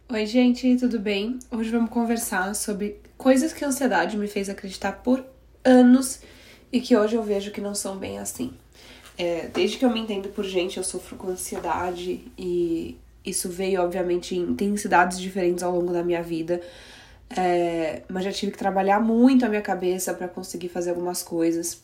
Oi, gente, tudo bem? Hoje vamos conversar sobre coisas que a ansiedade me fez acreditar por anos e que hoje eu vejo que não são bem assim. Desde que eu me entendo por gente, eu sofro com ansiedade e isso veio, obviamente, em intensidades diferentes ao longo da minha vida. Mas já tive que trabalhar muito a minha cabeça para conseguir fazer algumas coisas.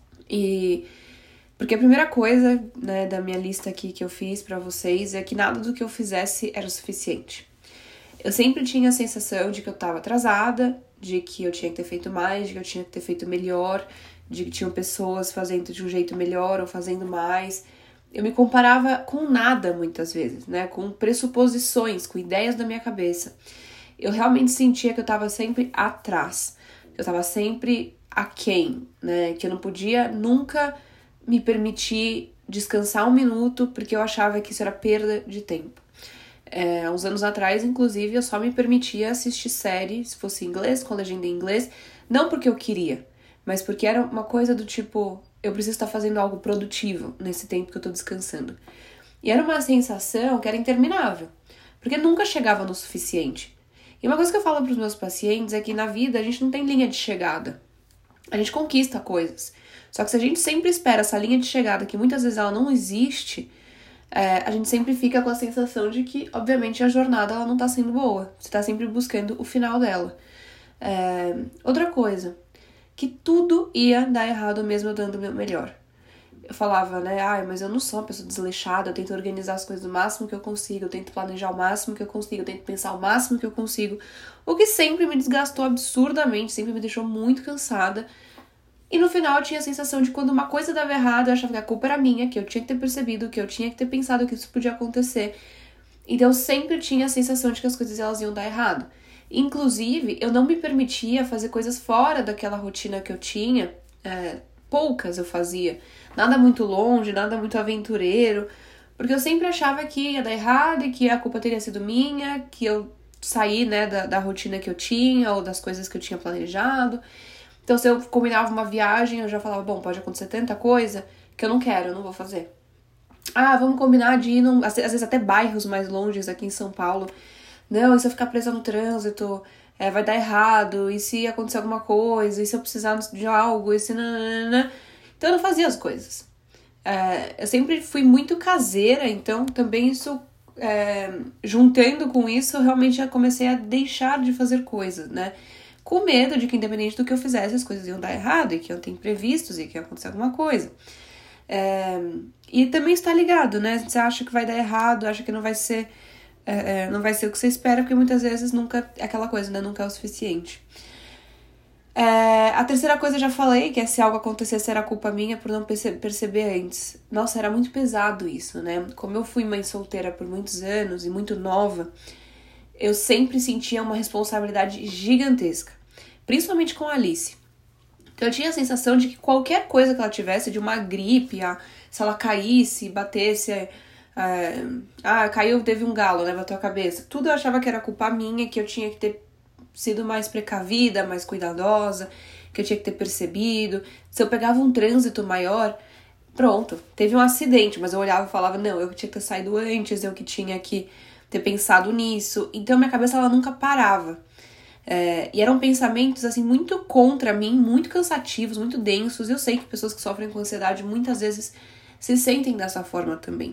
Porque a primeira coisa, né, da minha lista aqui que eu fiz pra vocês é que nada do que eu fizesse era o suficiente. Eu sempre tinha a sensação de que eu tava atrasada, de que eu tinha que ter feito mais, de que eu tinha que ter feito melhor, de que tinham pessoas fazendo de um jeito melhor ou fazendo mais. Eu me comparava com nada muitas vezes, né? Com pressuposições, com ideias da minha cabeça. Eu realmente sentia que eu tava sempre atrás, que eu tava sempre aquém, né? Que eu não podia nunca me permitir descansar um minuto porque eu achava que isso era perda de tempo. Uns anos atrás, inclusive, eu só me permitia assistir série, se fosse em inglês, com legenda em inglês, não porque eu queria, mas porque era uma coisa do tipo, eu preciso estar fazendo algo produtivo nesse tempo que eu tô descansando. E era uma sensação que era interminável, porque nunca chegava no suficiente. E uma coisa que eu falo pros meus pacientes é que na vida a gente não tem linha de chegada. A gente conquista coisas. Só que se a gente sempre espera essa linha de chegada, que muitas vezes ela não existe, a gente sempre fica com a sensação de que, obviamente, a jornada ela não tá sendo boa. Você tá sempre buscando o final dela. Outra coisa, que tudo ia dar errado mesmo eu dando o meu melhor. Eu falava, né, mas eu não sou uma pessoa desleixada, eu tento organizar as coisas o máximo que eu consigo, eu tento planejar o máximo que eu consigo, eu tento pensar o máximo que eu consigo, o que sempre me desgastou absurdamente, sempre me deixou muito cansada. E no final eu tinha a sensação de quando uma coisa dava errado, eu achava que a culpa era minha, que eu tinha que ter percebido, que eu tinha que ter pensado que isso podia acontecer. Então eu sempre tinha a sensação de que as coisas elas iam dar errado. Inclusive, eu não me permitia fazer coisas fora daquela rotina que eu tinha. Poucas eu fazia. Nada muito longe, nada muito aventureiro. Porque eu sempre achava que ia dar errado e que a culpa teria sido minha, que eu saí, né, da rotina que eu tinha ou das coisas que eu tinha planejado. Então, se eu combinava uma viagem, eu já falava, bom, pode acontecer tanta coisa que eu não quero, eu não vou fazer. Vamos combinar de ir, às vezes até bairros mais longes aqui em São Paulo. Não, e se eu ficar presa no trânsito, vai dar errado, e se acontecer alguma coisa, e se eu precisar de algo, e se nananana. Então, eu não fazia as coisas. Eu sempre fui muito caseira, então também isso, juntando com isso, eu realmente já comecei a deixar de fazer coisas, né? Com medo de que, independente do que eu fizesse, as coisas iam dar errado, e que iam ter imprevistos, e que ia acontecer alguma coisa. E também está ligado, né? Você acha que vai dar errado, acha que não vai ser o que você espera, porque muitas vezes nunca é aquela coisa, né? Nunca é o suficiente. A terceira coisa eu já falei, que se algo acontecesse era culpa minha por não perceber antes. Nossa, era muito pesado isso, né? Como eu fui mãe solteira por muitos anos e muito nova, eu sempre sentia uma responsabilidade gigantesca. Principalmente com a Alice. Então eu tinha a sensação de que qualquer coisa que ela tivesse, de uma gripe, se ela caísse, batesse, caiu, teve um galo, né, bateu a cabeça. Tudo eu achava que era culpa minha, que eu tinha que ter sido mais precavida, mais cuidadosa, que eu tinha que ter percebido. Se eu pegava um trânsito maior, pronto, teve um acidente, mas eu olhava e falava, não, eu que tinha que ter saído antes, eu que tinha que ter pensado nisso. Então minha cabeça ela nunca parava. E eram pensamentos assim muito contra mim, muito cansativos, muito densos. Eu sei que pessoas que sofrem com ansiedade muitas vezes se sentem dessa forma também.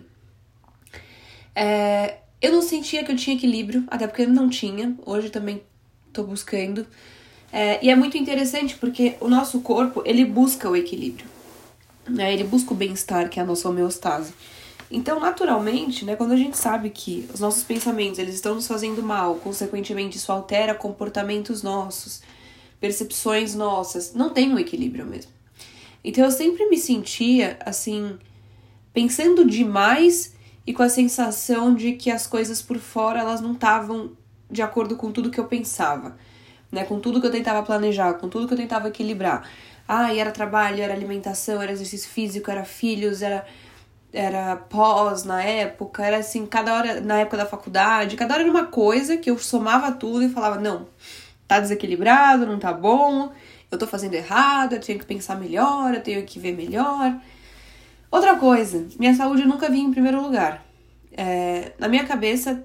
Eu não sentia que eu tinha equilíbrio, até porque eu não tinha. Hoje também tô buscando. E é muito interessante porque o nosso corpo, ele busca o equilíbrio, né? Ele busca o bem-estar, que é a nossa homeostase. Então, naturalmente, né, quando a gente sabe que os nossos pensamentos eles estão nos fazendo mal, consequentemente isso altera comportamentos nossos, percepções nossas, não tem um equilíbrio mesmo. Então, eu sempre me sentia, assim, pensando demais e com a sensação de que as coisas por fora, elas não estavam de acordo com tudo que eu pensava, né, com tudo que eu tentava planejar, com tudo que eu tentava equilibrar. E era trabalho, era alimentação, era exercício físico, era filhos, era pós na época, era assim, cada hora, na época da faculdade, cada hora era uma coisa que eu somava tudo e falava, não, tá desequilibrado, não tá bom, eu tô fazendo errado, eu tenho que pensar melhor, eu tenho que ver melhor. Outra coisa, minha saúde nunca vinha em primeiro lugar. Na minha cabeça,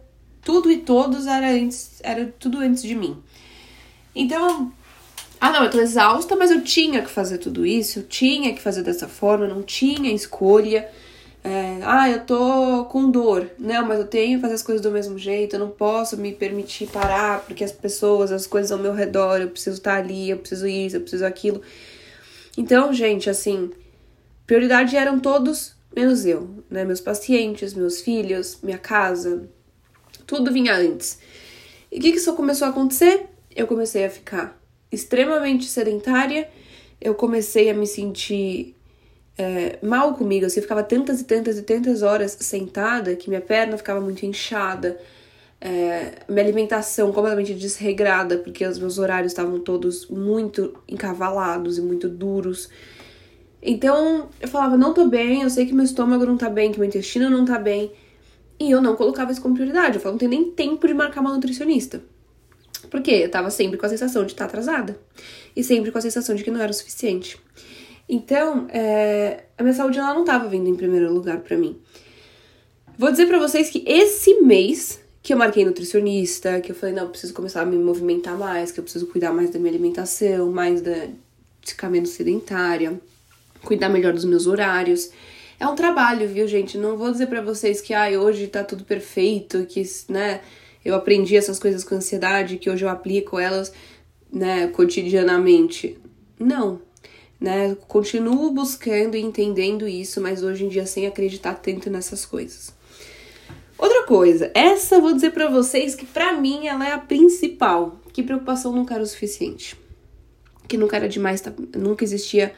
tudo e todos era tudo antes de mim. Então, não, eu tô exausta, mas eu tinha que fazer tudo isso, eu tinha que fazer dessa forma, eu não tinha escolha. Eu tô com dor. Não, mas eu tenho que fazer as coisas do mesmo jeito, eu não posso me permitir parar, porque as pessoas, as coisas ao meu redor, eu preciso estar ali, eu preciso isso, eu preciso aquilo. Então, gente, assim, prioridade eram todos, menos eu, né? Meus pacientes, meus filhos, minha casa, tudo vinha antes. E o que isso começou a acontecer? Eu comecei a ficar extremamente sedentária, eu comecei a me sentir mal comigo, assim, eu ficava tantas e tantas e tantas horas sentada que minha perna ficava muito inchada, minha alimentação completamente desregrada, porque os meus horários estavam todos muito encavalados e muito duros. Então, eu falava, não tô bem, eu sei que meu estômago não tá bem, que meu intestino não tá bem, e eu não colocava isso como prioridade. Eu falava, não tenho nem tempo de marcar uma nutricionista. Porque eu tava sempre com a sensação de estar atrasada. E sempre com a sensação de que não era o suficiente. Então, a minha saúde ela não tava vindo em primeiro lugar pra mim. Vou dizer pra vocês que esse mês que eu marquei nutricionista, que eu falei, não, eu preciso começar a me movimentar mais, que eu preciso cuidar mais da minha alimentação, de ficar menos sedentária, cuidar melhor dos meus horários. É um trabalho, viu, gente? Não vou dizer pra vocês que hoje tá tudo perfeito, que, né, eu aprendi essas coisas com ansiedade, que hoje eu aplico elas, né, cotidianamente. Não, né? Continuo buscando e entendendo isso, mas hoje em dia sem acreditar tanto nessas coisas. Outra coisa, essa vou dizer pra vocês que pra mim ela é a principal, que preocupação nunca era o suficiente. Que nunca era demais, nunca existia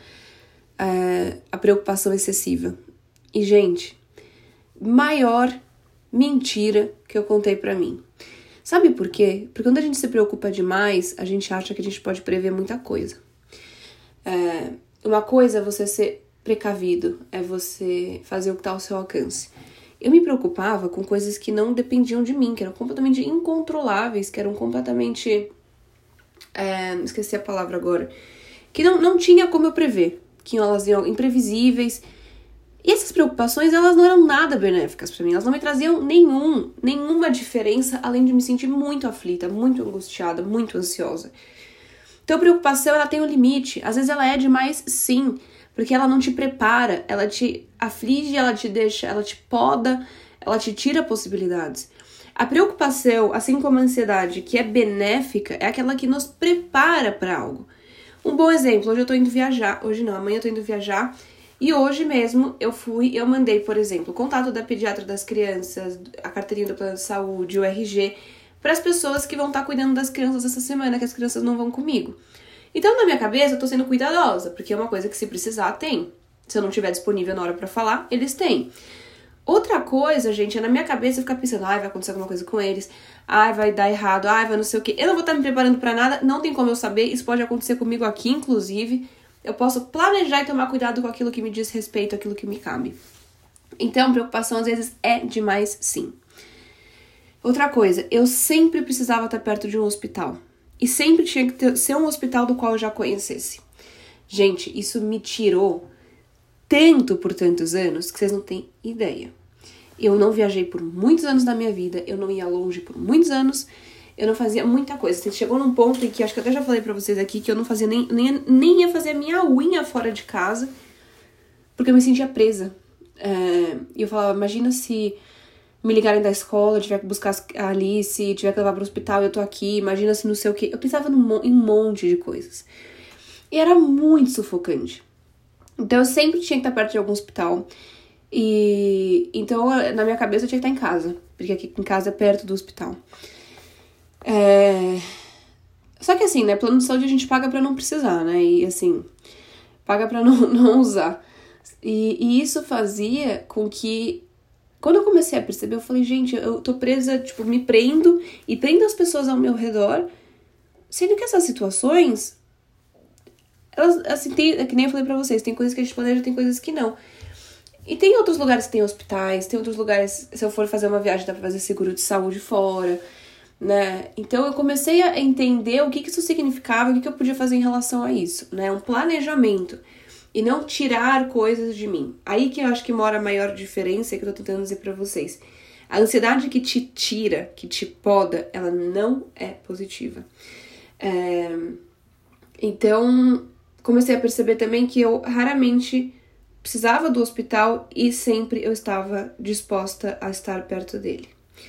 a preocupação excessiva. E, gente, maior mentira que eu contei pra mim. Sabe por quê? Porque quando a gente se preocupa demais, a gente acha que a gente pode prever muita coisa. Uma coisa é você ser precavido, é você fazer o que tá ao seu alcance. Eu me preocupava com coisas que não dependiam de mim, que eram completamente incontroláveis, que eram completamente... esqueci a palavra agora. Que não tinha como eu prever, que elas iam imprevisíveis. E essas preocupações, elas não eram nada benéficas pra mim, elas não me traziam nenhuma diferença, além de me sentir muito aflita, muito angustiada, muito ansiosa. Então, a preocupação, ela tem um limite. Às vezes ela é demais, sim, porque ela não te prepara, ela te aflige, ela te deixa, ela te poda, ela te tira possibilidades. A preocupação, assim como a ansiedade, que é benéfica, é aquela que nos prepara para algo. Um bom exemplo, hoje eu tô indo viajar, amanhã eu tô indo viajar, e hoje mesmo eu mandei, por exemplo, o contato da pediatra das crianças, a carteirinha do plano de saúde, o RG, para as pessoas que vão estar cuidando das crianças essa semana, que as crianças não vão comigo. Então, na minha cabeça, eu tô sendo cuidadosa, porque é uma coisa que se precisar, tem. Se eu não estiver disponível na hora pra falar, eles têm. Outra coisa, gente, é na minha cabeça ficar pensando, vai acontecer alguma coisa com eles, vai dar errado, vai não sei o quê. Eu não vou estar me preparando pra nada, não tem como eu saber, isso pode acontecer comigo aqui, inclusive. Eu posso planejar e tomar cuidado com aquilo que me diz respeito, aquilo que me cabe. Então, preocupação às vezes é demais, sim. Outra coisa, eu sempre precisava estar perto de um hospital. E sempre tinha que ser um hospital do qual eu já conhecesse. Gente, isso me tirou tanto por tantos anos que vocês não têm ideia. Eu não viajei por muitos anos da minha vida, eu não ia longe por muitos anos, eu não fazia muita coisa. Chegou num ponto em que, acho que eu até já falei pra vocês aqui, que eu não fazia nem ia fazer a minha unha fora de casa, porque eu me sentia presa. E eu falava, imagina se me ligarem da escola, eu tiver que buscar a Alice, tiver que levar pro hospital e eu tô aqui, imagina se não sei o quê. Eu pensava em um monte de coisas. E era muito sufocante. Então eu sempre tinha que estar perto de algum hospital. E então, na minha cabeça, eu tinha que estar em casa, porque aqui em casa é perto do hospital. Só que assim, né, plano de saúde a gente paga pra não precisar, né, e assim, paga pra não usar. E isso fazia com que, quando eu comecei a perceber, eu falei, gente, eu tô presa, tipo, me prendo e prendo as pessoas ao meu redor, sendo que essas situações, elas, assim, que nem eu falei pra vocês, tem coisas que a gente planeja, tem coisas que não. E tem outros lugares que tem hospitais, tem outros lugares, se eu for fazer uma viagem, dá pra fazer seguro de saúde fora, né? Então eu comecei a entender o que isso significava, o que eu podia fazer em relação a isso, né? Um planejamento e não tirar coisas de mim. Aí que eu acho que mora a maior diferença que eu tô tentando dizer pra vocês. A ansiedade que te tira, que te poda, ela não é positiva. Então, comecei a perceber também que eu raramente precisava do hospital e sempre eu estava disposta a estar perto dele.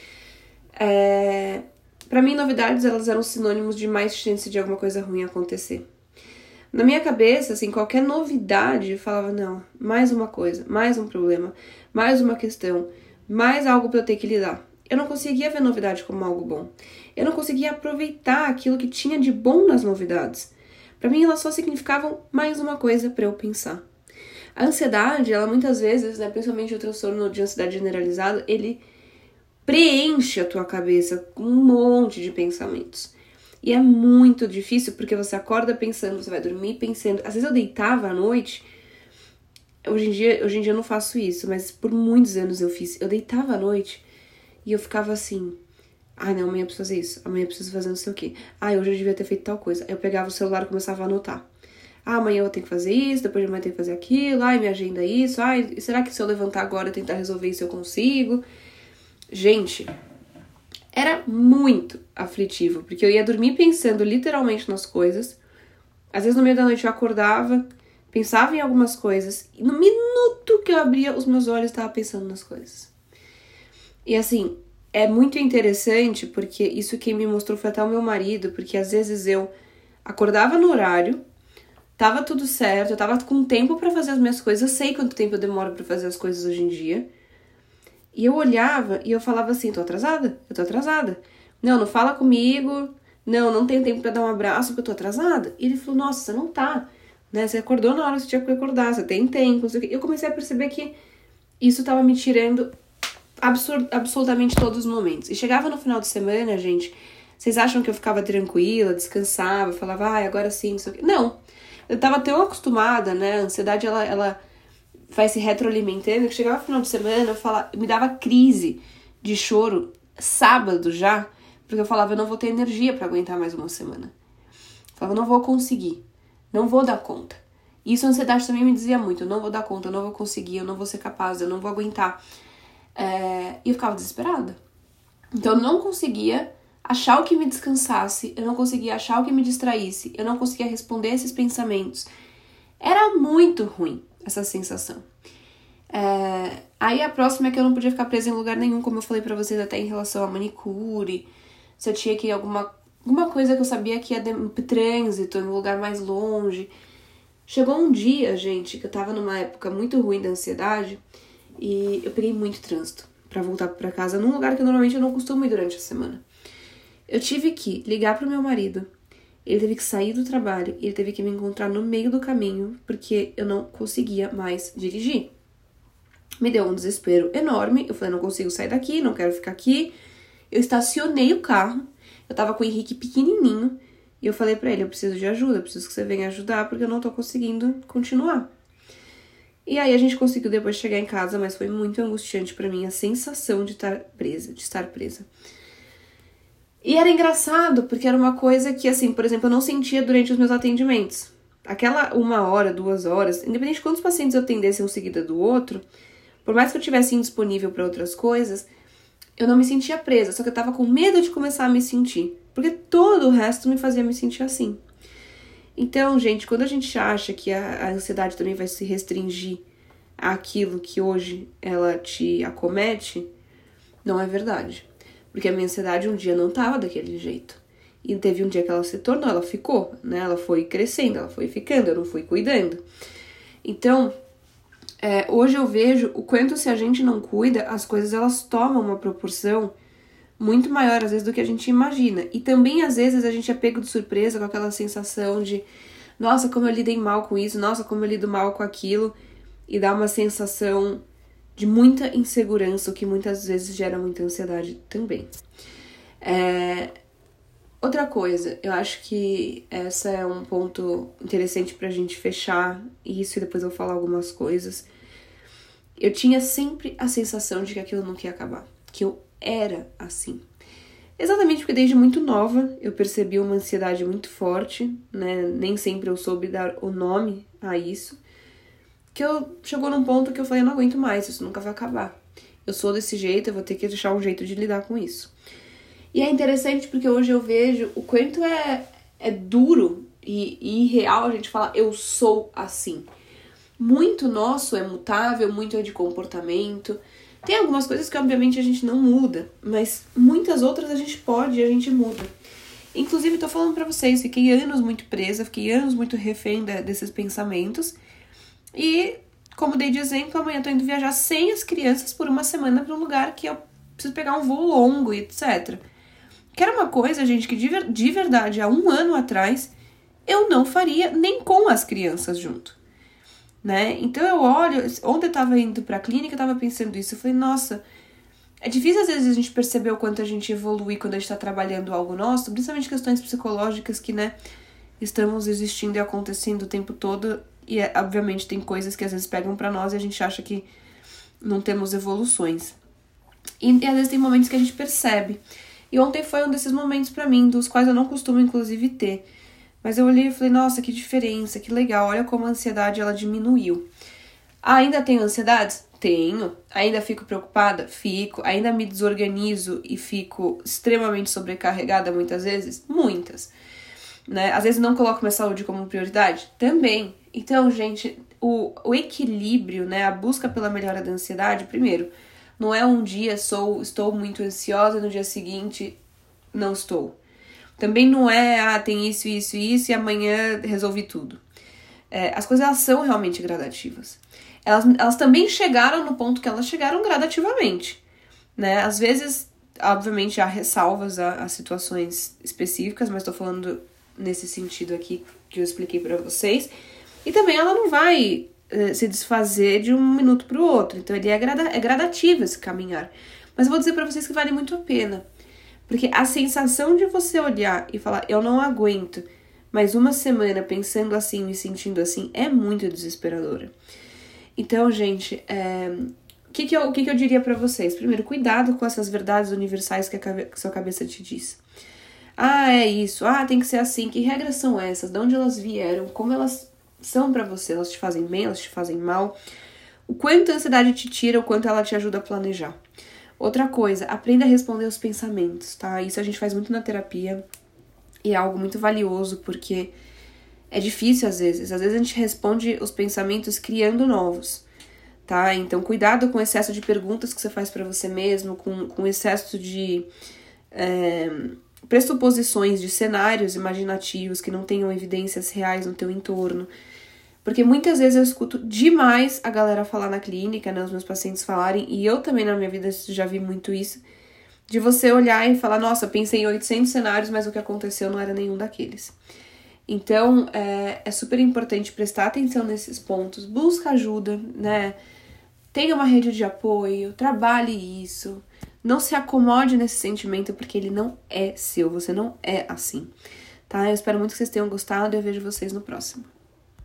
Para mim, novidades, elas eram sinônimos de mais chance de alguma coisa ruim acontecer. Na minha cabeça, assim, qualquer novidade, eu falava, não, mais uma coisa, mais um problema, mais uma questão, mais algo para eu ter que lidar. Eu não conseguia ver novidade como algo bom. Eu não conseguia aproveitar aquilo que tinha de bom nas novidades. Para mim, elas só significavam mais uma coisa para eu pensar. A ansiedade, ela muitas vezes, né, principalmente o transtorno de ansiedade generalizada, ele preenche a tua cabeça com um monte de pensamentos. E é muito difícil porque você acorda pensando, você vai dormir pensando. Às vezes eu deitava à noite, hoje em dia eu não faço isso, mas por muitos anos eu fiz. Eu deitava à noite e eu ficava assim, não, amanhã eu preciso fazer isso, amanhã eu preciso fazer não sei o quê. Hoje eu devia ter feito tal coisa. Aí eu pegava o celular e começava a anotar. Amanhã eu tenho que fazer isso, depois de amanhã eu tenho que fazer aquilo, minha agenda é isso, será que se eu levantar agora e tentar resolver isso eu consigo? Gente, era muito aflitivo, porque eu ia dormir pensando literalmente nas coisas. Às vezes no meio da noite eu acordava, pensava em algumas coisas, e no minuto que eu abria os meus olhos, eu estava pensando nas coisas. E assim, é muito interessante, porque isso quem me mostrou foi até o meu marido, porque às vezes eu acordava no horário, tava tudo certo, eu tava com tempo pra fazer as minhas coisas, eu sei quanto tempo eu demoro pra fazer as coisas hoje em dia. E eu olhava e eu falava assim, tô atrasada. Não fala comigo, não tenho tempo pra dar um abraço porque eu tô atrasada. E ele falou, nossa, você não tá, né? Você acordou na hora que você tinha que acordar, você tem tempo, não sei o quê. Eu comecei a perceber que isso tava me tirando absolutamente todos os momentos. E chegava no final de semana, gente, vocês acham que eu ficava tranquila, descansava, falava, agora sim, não sei o quê. Não, eu tava tão acostumada, né? A ansiedade, ela vai se retroalimentando, que chegava no final de semana, me dava crise de choro, sábado já, porque eu falava, eu não vou ter energia pra aguentar mais uma semana. Eu falava, não vou conseguir, não vou dar conta. E isso a ansiedade também me dizia muito, eu não vou dar conta, eu não vou conseguir, eu não vou ser capaz, eu não vou aguentar. E eu ficava desesperada. Então eu não conseguia achar o que me descansasse, eu não conseguia achar o que me distraísse, eu não conseguia responder esses pensamentos. Era muito ruim essa sensação. Aí a próxima é que eu não podia ficar presa em lugar nenhum, como eu falei pra vocês até em relação à manicure, se eu tinha que ir alguma coisa que eu sabia que ia trânsito, em um lugar mais longe. Chegou um dia, gente, que eu tava numa época muito ruim da ansiedade e eu peguei muito trânsito pra voltar pra casa num lugar que normalmente eu não costumo ir durante a semana. Eu tive que ligar pro meu marido, ele teve que sair do trabalho e ele teve que me encontrar no meio do caminho porque eu não conseguia mais dirigir. Me deu um desespero enorme, eu falei, não consigo sair daqui, não quero ficar aqui. Eu estacionei o carro, eu tava com o Henrique pequenininho e eu falei pra ele, eu preciso de ajuda, eu preciso que você venha ajudar porque eu não tô conseguindo continuar. E aí a gente conseguiu depois chegar em casa, mas foi muito angustiante pra mim a sensação de estar presa. E era engraçado, porque era uma coisa que, assim, por exemplo, eu não sentia durante os meus atendimentos. Aquela 1 hora, 2 horas, independente de quantos pacientes eu atendesse um seguida do outro, por mais que eu tivesse indisponível para outras coisas, eu não me sentia presa, só que eu tava com medo de começar a me sentir, porque todo o resto me fazia me sentir assim. Então, gente, quando a gente acha que a ansiedade também vai se restringir àquilo que hoje ela te acomete, não é verdade. Porque a minha ansiedade um dia não tava daquele jeito. E teve um dia que ela se tornou, ela ficou, né? Ela foi crescendo, ela foi ficando, eu não fui cuidando. Então, hoje eu vejo o quanto se a gente não cuida, as coisas elas tomam uma proporção muito maior, às vezes, do que a gente imagina. E também, às vezes, a gente é pego de surpresa com aquela sensação de nossa, como eu lidei mal com isso, nossa, como eu lido mal com aquilo. E dá uma sensação de muita insegurança, o que muitas vezes gera muita ansiedade também. Outra coisa, eu acho que essa é um ponto interessante pra gente fechar isso e depois eu vou falar algumas coisas. Eu tinha sempre a sensação de que aquilo nunca ia acabar, que eu era assim. Exatamente porque desde muito nova eu percebi uma ansiedade muito forte, né? Nem sempre eu soube dar o nome a isso. Que chegou num ponto que eu falei, eu não aguento mais, isso nunca vai acabar. eu sou desse jeito, eu vou ter que deixar um jeito de lidar com isso. E é interessante porque hoje eu vejo o quanto é duro e irreal a gente falar eu sou assim. Muito nosso é mutável, muito é de comportamento. Tem algumas coisas que obviamente a gente não muda, mas muitas outras a gente pode e a gente muda. Inclusive, tô falando pra vocês, fiquei anos muito presa, fiquei anos muito refém desses pensamentos. E, como dei de exemplo, amanhã tô indo viajar sem as crianças por uma semana pra um lugar que eu preciso pegar um voo longo e etc. Que era uma coisa, gente, que de verdade, há um ano atrás, eu não faria nem com as crianças junto. Né? Então eu olho, ontem eu tava indo pra clínica, eu tava pensando isso, eu falei, nossa, é difícil às vezes a gente perceber o quanto a gente evolui quando a gente tá trabalhando algo nosso, principalmente questões psicológicas que, né, estamos existindo e acontecendo o tempo todo, e obviamente tem coisas que às vezes pegam pra nós e a gente acha que não temos evoluções. E às vezes tem momentos que a gente percebe. E ontem foi um desses momentos pra mim, dos quais eu não costumo inclusive ter. Mas eu olhei e falei, nossa, que diferença, que legal, olha como a ansiedade ela diminuiu. Ainda tenho ansiedades? Tenho. Ainda fico preocupada? Fico. Ainda me desorganizo e fico extremamente sobrecarregada muitas vezes? Muitas. Né? Às vezes não coloco minha saúde como prioridade? Também. Então, gente, o equilíbrio, né, a busca pela melhora da ansiedade, primeiro, não é um dia estou muito ansiosa e no dia seguinte não estou. Também não é, tem isso e amanhã resolvi tudo. As coisas elas são realmente gradativas. Elas também chegaram no ponto que elas chegaram gradativamente, né? Às vezes, obviamente, há ressalvas a situações específicas, mas tô falando nesse sentido aqui que eu expliquei pra vocês. E também ela não vai se desfazer de um minuto pro outro. Então, ele é gradativo esse caminhar. Mas eu vou dizer pra vocês que vale muito a pena. Porque a sensação de você olhar e falar, eu não aguento mais uma semana pensando assim, me sentindo assim, é muito desesperadora. Então, gente, o que eu diria pra vocês? Primeiro, cuidado com essas verdades universais que a sua cabeça te diz. Ah, é isso. Ah, tem que ser assim. Que regras são essas? De onde elas vieram? Como elas são pra você? Elas te fazem bem? Elas te fazem mal? O quanto a ansiedade te tira? O quanto ela te ajuda a planejar? Outra coisa, aprenda a responder aos pensamentos, tá? Isso a gente faz muito na terapia e é algo muito valioso porque é difícil às vezes. Às vezes a gente responde os pensamentos criando novos, tá? Então cuidado com o excesso de perguntas que você faz pra você mesmo, com o excesso de pressuposições de cenários imaginativos que não tenham evidências reais no teu entorno. Porque muitas vezes eu escuto demais a galera falar na clínica, né, os meus pacientes falarem, e eu também na minha vida já vi muito isso, de você olhar e falar, nossa, pensei em 800 cenários, mas o que aconteceu não era nenhum daqueles. Então, é super importante prestar atenção nesses pontos, busca ajuda, né, tenha uma rede de apoio, trabalhe isso, não se acomode nesse sentimento, porque ele não é seu, você não é assim, tá? Eu espero muito que vocês tenham gostado e eu vejo vocês no próximo.